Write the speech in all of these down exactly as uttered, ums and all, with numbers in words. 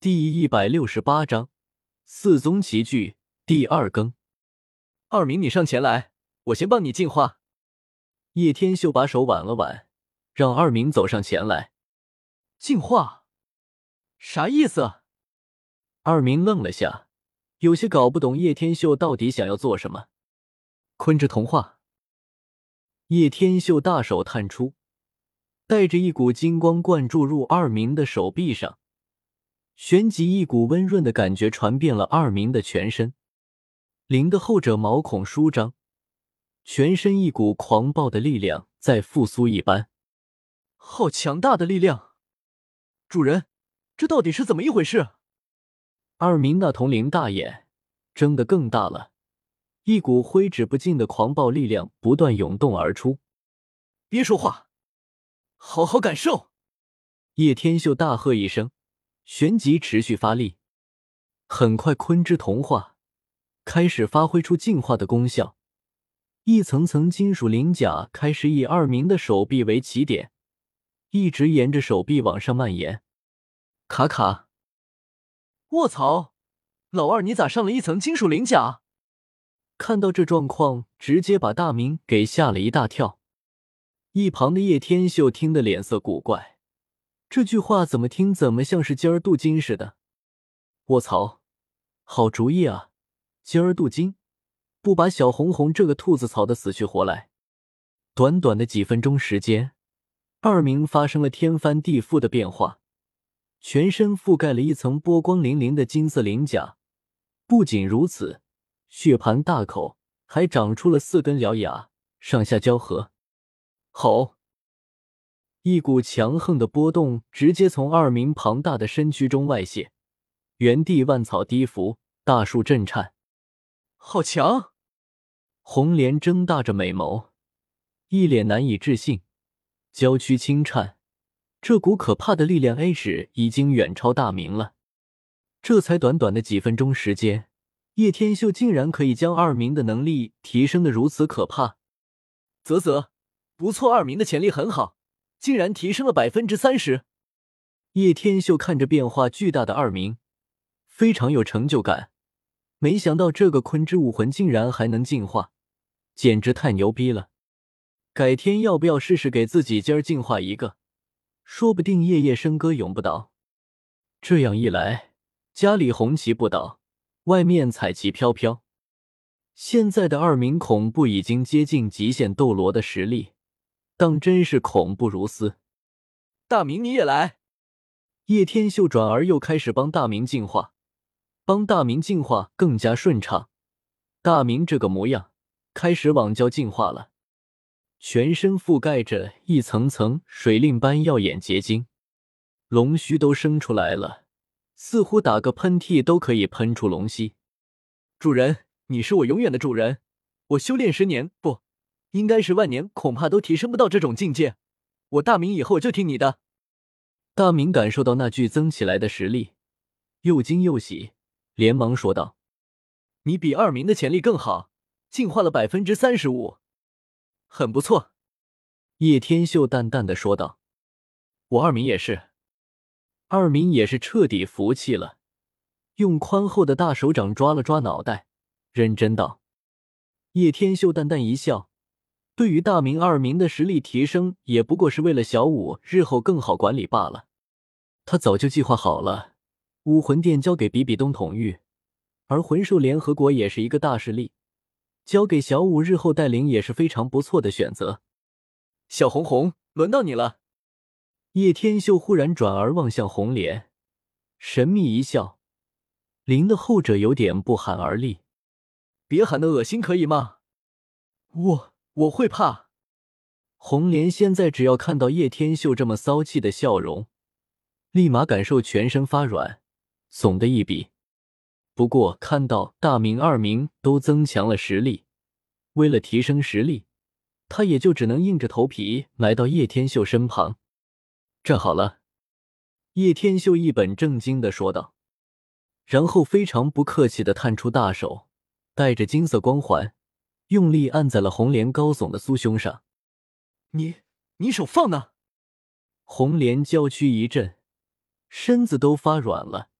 第一百六十八章四宗奇具第二更。 二明，你上前来，我先帮你净化。 叶天秀把手挽了挽，让二明走上前来。 净化？啥意思？ 二明愣了下，有些搞不懂叶天秀到底想要做什么。 昆之同化。 叶天秀大手探出，带着一股金光灌注入二明的手臂上，旋即一股温润的感觉传遍了二明的全身，灵的后者毛孔舒张，全身一股狂暴的力量在复苏一般。 好强大的力量！主人，这到底是怎么一回事？ 二明那铜铃大眼睁得更大了，一股挥之不尽的狂暴力量不断涌动而出。 别说话，好好感受！ 叶天秀大喝一声，旋即持续发力。很快昆之同化开始发挥出净化的功效，一层层金属鳞甲开始以二明的手臂为起点，一直沿着手臂往上蔓延。卡卡！ 卧槽，老二你咋上了一层金属鳞甲？ 看到这状况，直接把大明给吓了一大跳。一旁的叶天秀听得脸色古怪，这句话怎么听怎么像是今儿镀金似的。卧槽，好主意啊，今儿镀金，不把小红红这个兔子草的死去活来。短短的几分钟时间，二明发生了天翻地覆的变化，全身覆盖了一层波光粼粼的金色鳞甲。不仅如此，血盘大口还长出了四根獠牙，上下交合。吼！一股强横的波动直接从二明庞大的身躯中外泄，原地万草低伏，大树震颤。 好强！ 红莲睁大着美眸，一脸难以置信，娇躯轻颤，这股可怕的力量 A 值已经远超大明了。这才短短的几分钟时间，叶天秀竟然可以将二明的能力提升得如此可怕。 啧啧，不错，二明的潜力很好，竟然提升了 百分之三十。 叶天秀看着变化巨大的二明，非常有成就感。没想到这个昆之武魂竟然还能进化，简直太牛逼了。改天要不要试试给自己今儿进化一个，说不定夜夜笙歌永不倒。这样一来，家里红旗不倒，外面彩旗飘飘。现在的二明恐怖已经接近极限斗罗的实力，当真是恐怖如斯。 大明你也来！ 叶天秀转而又开始帮大明净化，帮大明净化更加顺畅。大明这个模样开始往交进化了，全身覆盖着一层层水令般耀眼结晶，龙须都生出来了，似乎打个喷嚏都可以喷出龙息。 主人，你是我永远的主人，我修炼十年，不，应该是万年，恐怕都提升不到这种境界。我大明以后就听你的。 大明感受到那剧增起来的实力，又惊又喜，连忙说道： 你比二明的潜力更好，进化了 百分之三十五， 很不错。 叶天秀淡淡的说道： 我二明也是。 二明也是彻底服气了，用宽厚的大手掌抓了抓脑袋，认真道。叶天秀淡淡一笑，对于大明二明的实力提升也不过是为了小五日后更好管理罢了。他早就计划好了，武魂殿交给比比东统御，而魂兽联合国也是一个大势力，交给小五日后带领也是非常不错的选择。 小红红，轮到你了。 叶天秀忽然转而望向红莲，神秘一笑，灵的后者有点不寒而栗。 别喊得恶心可以吗？我我会怕。 红莲现在只要看到叶天秀这么骚气的笑容，立马感受全身发软，耸的一笔。不过看到大明二明都增强了实力，为了提升实力，他也就只能硬着头皮来到叶天秀身旁。站好了，叶天秀一本正经地说道，然后非常不客气地探出大手，带着金色光环，用力按在了红莲高耸的酥胸上。 你你手放呢？ 红莲娇躯一震，身子都发软了，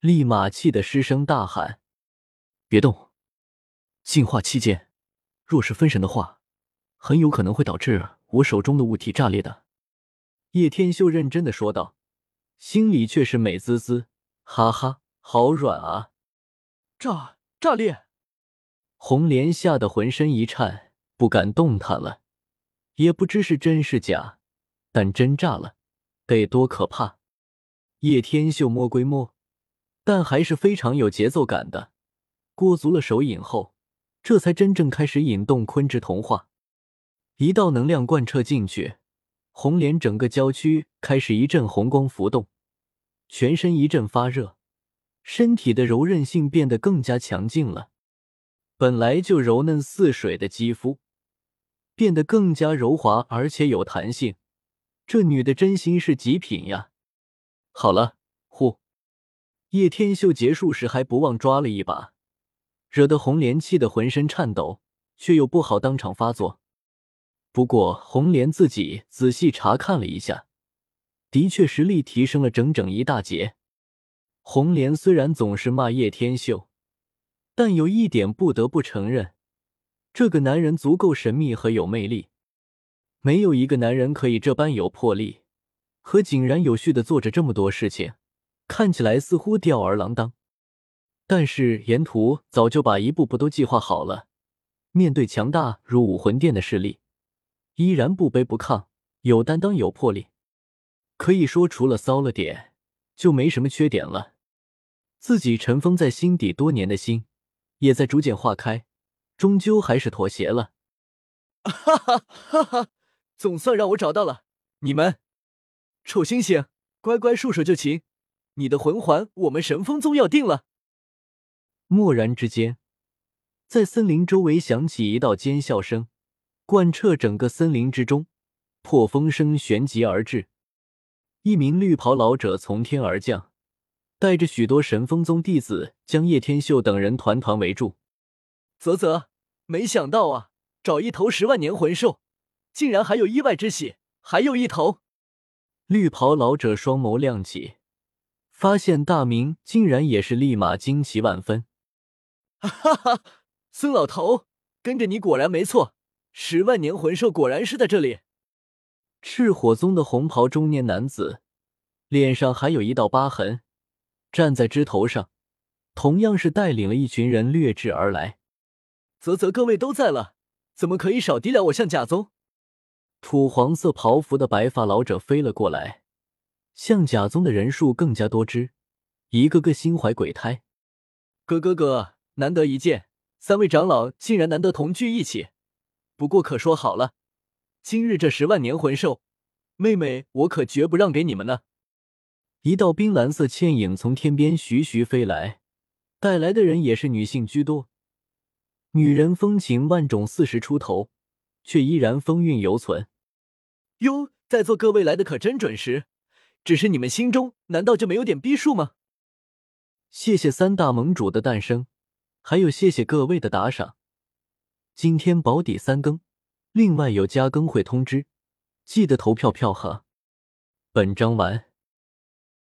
立马气得失声大喊：“别动！进化期间，若是分神的话，很有可能会导致我手中的物体炸裂的。”叶天秀认真的说道，心里却是美滋滋，哈哈，好软啊！ 炸炸裂！ 红莲吓得浑身一颤，不敢动弹了，也不知是真是假，但真炸了，得多可怕！叶天秀摸归摸，但还是非常有节奏感的。过足了手瘾后，这才真正开始引动昆之童话。一道能量贯彻进去，红莲整个娇躯开始一阵红光浮动，全身一阵发热，身体的柔韧性变得更加强劲了。本来就柔嫩似水的肌肤变得更加柔滑而且有弹性，这女的真心是极品呀！好了，呼！叶天秀结束时还不忘抓了一把，惹得红莲气得浑身颤抖，却又不好当场发作。不过红莲自己仔细查看了一下，的确实力提升了整整一大截。红莲虽然总是骂叶天秀，但有一点不得不承认，这个男人足够神秘和有魅力。没有一个男人可以这般有魄力，和井然有序地做着这么多事情，看起来似乎吊儿郎当，但是沿途早就把一步步都计划好了。面对强大如武魂殿的势力，依然不卑不亢，有担当有魄力，可以说除了骚了点，就没什么缺点了。自己尘封在心底多年的心，也在逐渐化开，终究还是妥协了。 哈哈哈哈！总算让我找到了你们，臭猩猩，乖乖束手就擒！你的魂环，我们神风宗要定了。 蓦然之间，在森林周围响起一道尖笑声，贯彻整个森林之中，破风声旋即而至。一名绿袍老者从天而降，带着许多神风宗弟子，将叶天秀等人团团围住。 啧啧，没想到啊，找一头十万年魂兽，竟然还有意外之喜，还有一头。 绿袍老者双眸亮起，发现大明竟然也是立马惊奇万分。 哈哈，孙老头，跟着你果然没错，十万年魂兽果然是在这里。 赤火宗的红袍中年男子脸上还有一道疤痕，站在枝头上，同样是带领了一群人掠至而来。 啧啧，各位都在了，怎么可以少低了我向甲宗？ 土黄色袍服的白发老者飞了过来，象甲宗的人数更加多支，一个个心怀鬼胎。 哥哥哥，难得一见，三位长老竟然难得同聚一起。不过可说好了，今日这十万年魂兽，妹妹我可绝不让给你们呢。 一道冰蓝色倩影从天边徐徐飞来，带来的人也是女性居多。女人风情万种，四十出头，却依然风韵犹存。 哟，在座各位来的可真准时，只是你们心中难道就没有点逼数吗？ 谢谢三大盟主的诞生，还有谢谢各位的打赏。今天保底三更，另外有加更会通知，记得投票票哈。本章完。